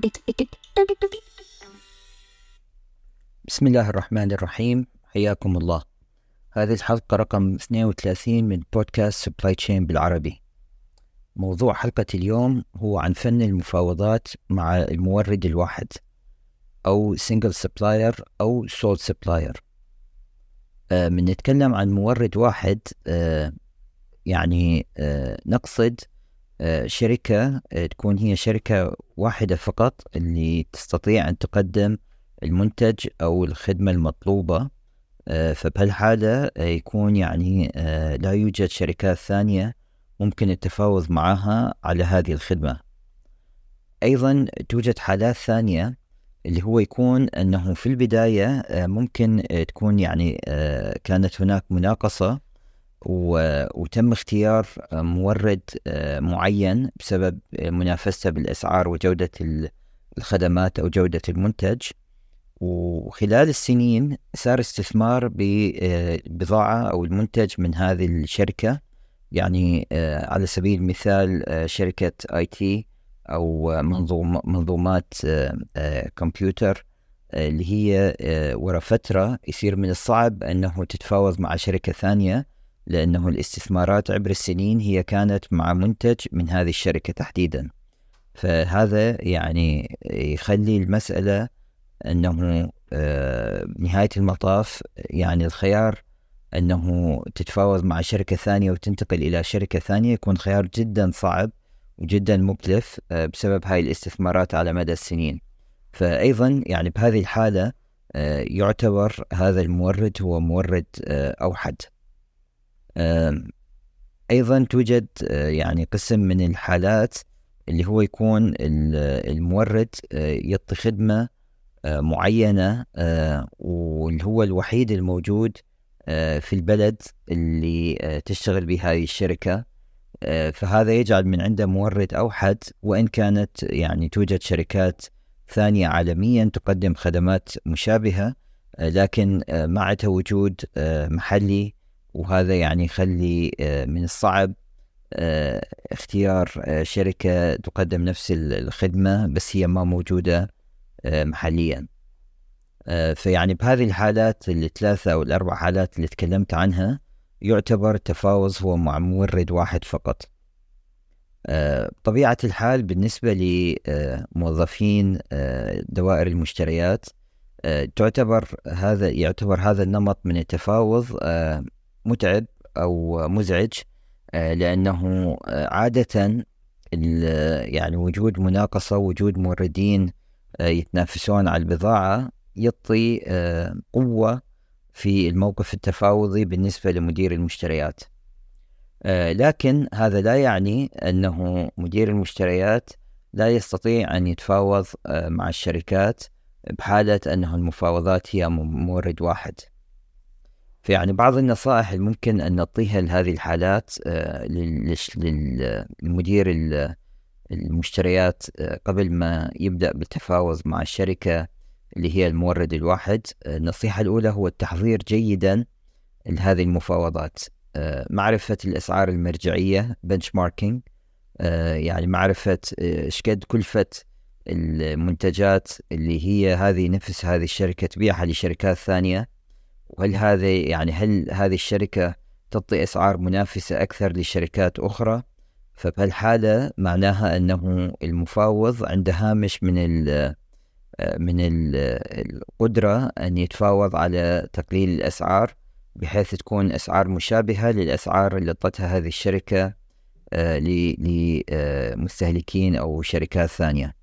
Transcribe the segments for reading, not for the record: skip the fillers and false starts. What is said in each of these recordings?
بسم الله الرحمن الرحيم، حياكم الله. هذه الحلقة رقم 32 من بودكاست سبلاي تشين بالعربي. موضوع حلقة اليوم هو عن فن المفاوضات مع المورد الواحد أو single supplier أو sole supplier. من نتكلم عن مورد واحد نقصد شركة تكون هي شركة واحدة فقط اللي تستطيع أن تقدم المنتج أو الخدمة المطلوبة. فبهالحالة يكون لا يوجد شركات ثانية ممكن التفاوض معها على هذه الخدمة. أيضا توجد حالات ثانية اللي هو يكون أنه في البداية ممكن تكون كانت هناك مناقصة وتم اختيار مورد معين بسبب منافسته بالأسعار وجودة الخدمات أو جودة المنتج، وخلال السنين صار استثمار ببضاعة أو المنتج من هذه الشركة. على سبيل المثال شركة IT أو منظومات كمبيوتر اللي هي وراء فترة يصير من الصعب أنه تتفاوض مع شركة ثانية، لأنه الاستثمارات عبر السنين هي كانت مع منتج من هذه الشركة تحديدا. فهذا يخلي المسألة أنه نهاية المطاف الخيار أنه تتفاوض مع شركة ثانية وتنتقل إلى شركة ثانية يكون خيار جدا صعب وجدا مكلف بسبب هاي الاستثمارات على مدى السنين. فأيضا بهذه الحالة يعتبر هذا المورد هو مورد أوحد. أيضا توجد قسم من الحالات اللي هو يكون المورد يعطي خدمة معينة واللي هو الوحيد الموجود في البلد اللي تشتغل به هذه الشركة. فهذا يجعل من عنده مورد أوحد، وإن كانت توجد شركات ثانية عالميا تقدم خدمات مشابهة، لكن مع وجود محلي، وهذا يخلي من الصعب اختيار شركة تقدم نفس الخدمة بس هي ما موجودة محليا. بهذه الحالات الثلاثة أو الأربع حالات اللي تكلمت عنها يعتبر التفاوض هو مع مورد واحد فقط. طبيعة الحال بالنسبة لموظفين دوائر المشتريات يعتبر هذا النمط من التفاوض متعب أو مزعج، لأنه عادة وجود مناقصة، وجود موردين يتنافسون على البضاعة يعطي قوة في الموقف التفاوضي بالنسبة لمدير المشتريات. لكن هذا لا يعني أنه مدير المشتريات لا يستطيع أن يتفاوض مع الشركات بحالة أنه المفاوضات هي مورد واحد. بعض النصائح الممكن أن نعطيها لهذه الحالات للمدير المشتريات قبل ما يبدأ بالتفاوض مع الشركة اللي هي المورد الواحد. النصيحة الأولى هو التحضير جيدا لهذه المفاوضات، معرفة الأسعار المرجعية benchmarking، معرفة شقد كلفة المنتجات اللي هي نفس هذه الشركة تبيعها لشركات ثانية، وهل هل هذه الشركة تعطي أسعار منافسة أكثر لشركات أخرى. فبهالحالة معناها أنه المفاوض عنده هامش من القدرة أن يتفاوض على تقليل الأسعار بحيث تكون أسعار مشابهة للأسعار اللي اعطتها هذه الشركة لمستهلكين أو شركات ثانية.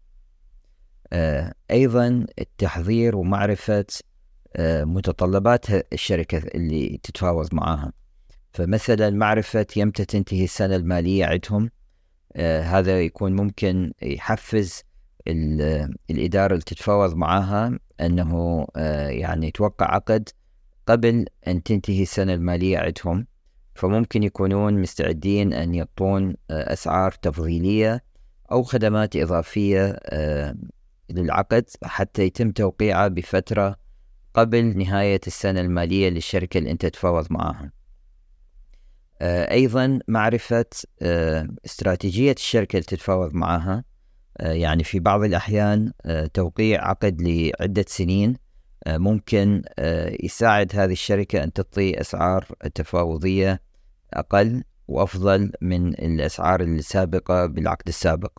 أيضا التحضير ومعرفة متطلبات الشركة اللي تتفاوض معها. فمثلا معرفة يمتى تنتهي السنة المالية عندهم، هذا يكون ممكن يحفز الإدارة اللي تتفاوض معها أنه توقع عقد قبل أن تنتهي السنة المالية عندهم، فممكن يكونون مستعدين أن يعطون أسعار تفضيلية أو خدمات إضافية للعقد حتى يتم توقيعه بفترة قبل نهاية السنة المالية للشركة اللي أنت تتفاوض معها. أيضا معرفة استراتيجية الشركة اللي تتفاوض معها، يعني في بعض الأحيان توقيع عقد لعدة سنين ممكن يساعد هذه الشركة أن تعطي أسعار تفاوضية أقل وأفضل من الأسعار السابقة بالعقد السابق.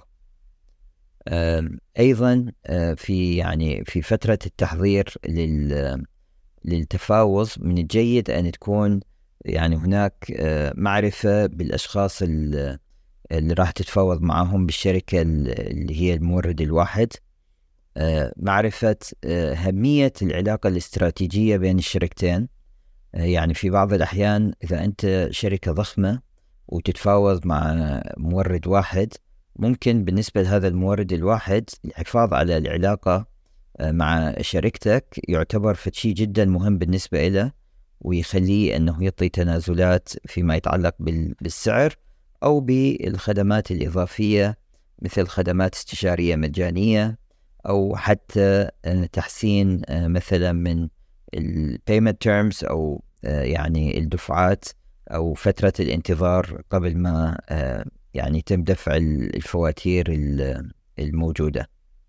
أيضا في فترة التحضير للتفاوض من الجيد أن تكون يعني هناك معرفة بالأشخاص اللي راح تتفاوض معهم بالشركة اللي هي المورد الواحد، معرفة أهمية العلاقة الاستراتيجية بين الشركتين. يعني في بعض الأحيان إذا أنت شركة ضخمة وتتفاوض مع مورد واحد، ممكن بالنسبة لهذا المورد الواحد الحفاظ على العلاقة مع شركتك يعتبر شيء جدا مهم بالنسبة له، ويخليه أنه يعطي تنازلات فيما يتعلق بالسعر أو بالخدمات الإضافية مثل خدمات استشارية مجانية، أو حتى تحسين مثلا من payment terms أو يعني الدفعات أو فترة الانتظار قبل ما يعني يتم دفع الفواتير الموجودة.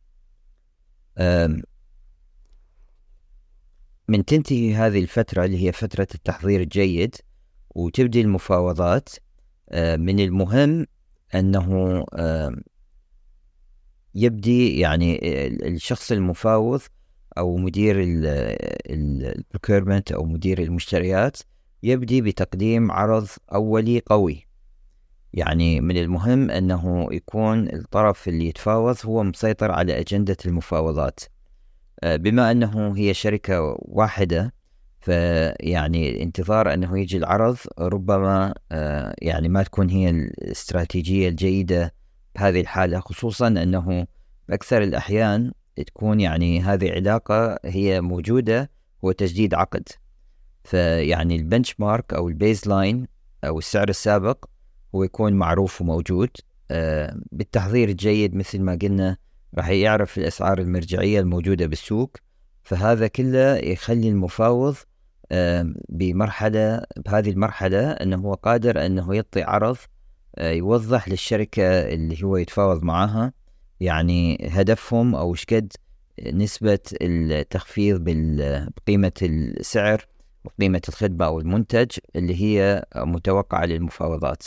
من تنتهي هذه الفترة اللي هي فترة التحضير الجيد وتبدي المفاوضات، من المهم أنه يبدي يعني الشخص المفاوض أو مدير البروكيرمنت أو مدير المشتريات يبدي بتقديم عرض أولي قوي. يعني من المهم أنه يكون الطرف اللي يتفاوض هو مسيطر على أجندة المفاوضات، بما أنه هي شركة واحدة، فيعني انتظار أنه يجي العرض ربما يعني ما تكون هي الاستراتيجية الجيدة بهذه الحالة، خصوصا أنه بأكثر الأحيان تكون يعني هذه علاقة هي موجودة هو تجديد عقد. فيعني البنش مارك أو البيز لاين أو السعر السابق هو يكون معروف وموجود. بالتحضير الجيد مثل ما قلنا راح يعرف الأسعار المرجعية الموجودة بالسوق، فهذا كله يخلي المفاوض بهذه المرحلة أنه هو قادر أنه يعطي عرض يوضح للشركة اللي هو يتفاوض معها يعني هدفهم أو شقد نسبة التخفيض بقيمة السعر وقيمة الخدمة أو المنتج اللي هي متوقعة للمفاوضات.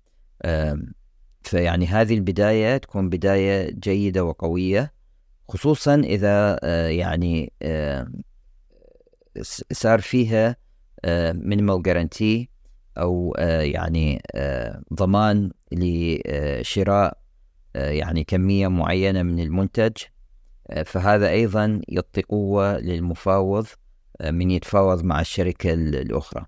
فيعني هذه البداية تكون بداية جيدة وقوية، خصوصا إذا يعني صار فيها minimal guarantee أو يعني ضمان لشراء يعني كمية معينة من المنتج، فهذا أيضا يعطي قوة للمفاوض من يتفاوض مع الشركة الأخرى.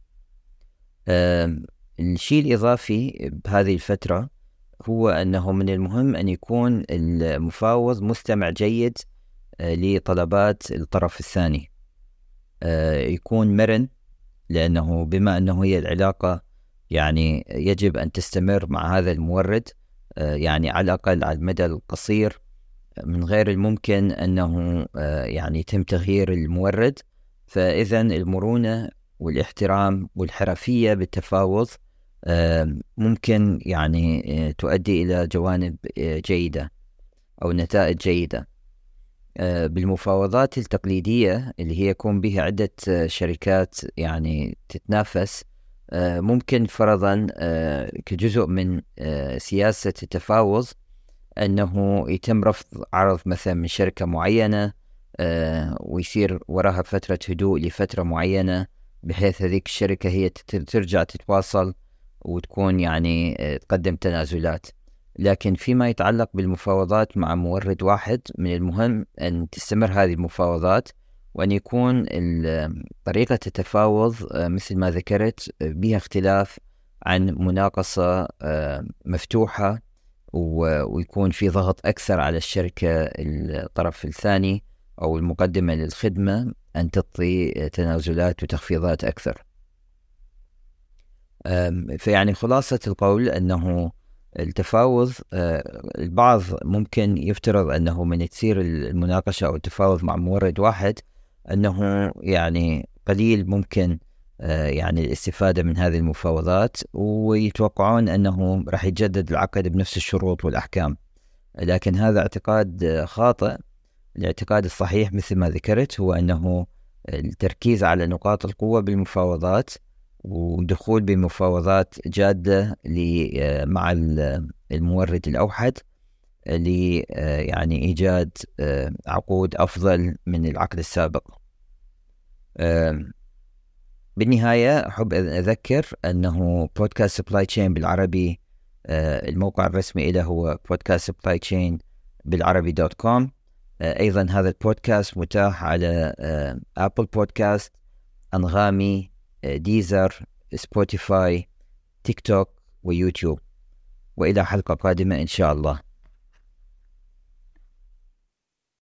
الشيء الإضافي بهذه الفترة هو أنه من المهم أن يكون المفاوض مستمع جيد لطلبات الطرف الثاني، يكون مرن، لأنه بما أنه هي العلاقة يعني يجب أن تستمر مع هذا المورد يعني على الأقل على المدى القصير، من غير الممكن أنه يعني يتم تغيير المورد. فإذا المرونة والاحترام والحرفية بالتفاوض ممكن يعني تؤدي إلى جوانب جيدة أو نتائج جيدة. بالمفاوضات التقليدية اللي هي يكون بها عدة شركات يعني تتنافس، ممكن فرضا كجزء من سياسة التفاوض أنه يتم رفض عرض مثلا من شركة معينة ويصير وراها فترة هدوء لفترة معينة، بحيث هذيك الشركة هي ترجع تتواصل وتكون يعني تقدم تنازلات. لكن فيما يتعلق بالمفاوضات مع مورد واحد، من المهم أن تستمر هذه المفاوضات وأن يكون طريقة التفاوض مثل ما ذكرت بها اختلاف عن مناقصة مفتوحة، ويكون في ضغط أكثر على الشركة الطرف الثاني أو المقدمة للخدمة أن تعطي تنازلات وتخفيضات أكثر. فيعني خلاصة القول أنه التفاوض، البعض ممكن يفترض أنه من تصير المناقشة أو التفاوض مع مورد واحد أنه يعني قليل ممكن يعني الاستفادة من هذه المفاوضات، ويتوقعون أنه راح يجدد العقد بنفس الشروط والأحكام. لكن هذا اعتقاد خاطئ. الاعتقاد الصحيح مثل ما ذكرت هو أنه التركيز على نقاط القوة بالمفاوضات، ودخول بمفاوضات جادة مع المورد الأوحد يعني إيجاد عقود أفضل من العقد السابق. بالنهاية أحب أذكر أنه بودكاست سبلاي تشين بالعربي الموقع الرسمي له هو podcastsupplychain.com. أيضا هذا البودكاست متاح على أبل بودكاست، أنغامي، ديزر، سبوتيفاي، تيك توك ويوتيوب. وإلى حلقة قادمة إن شاء الله.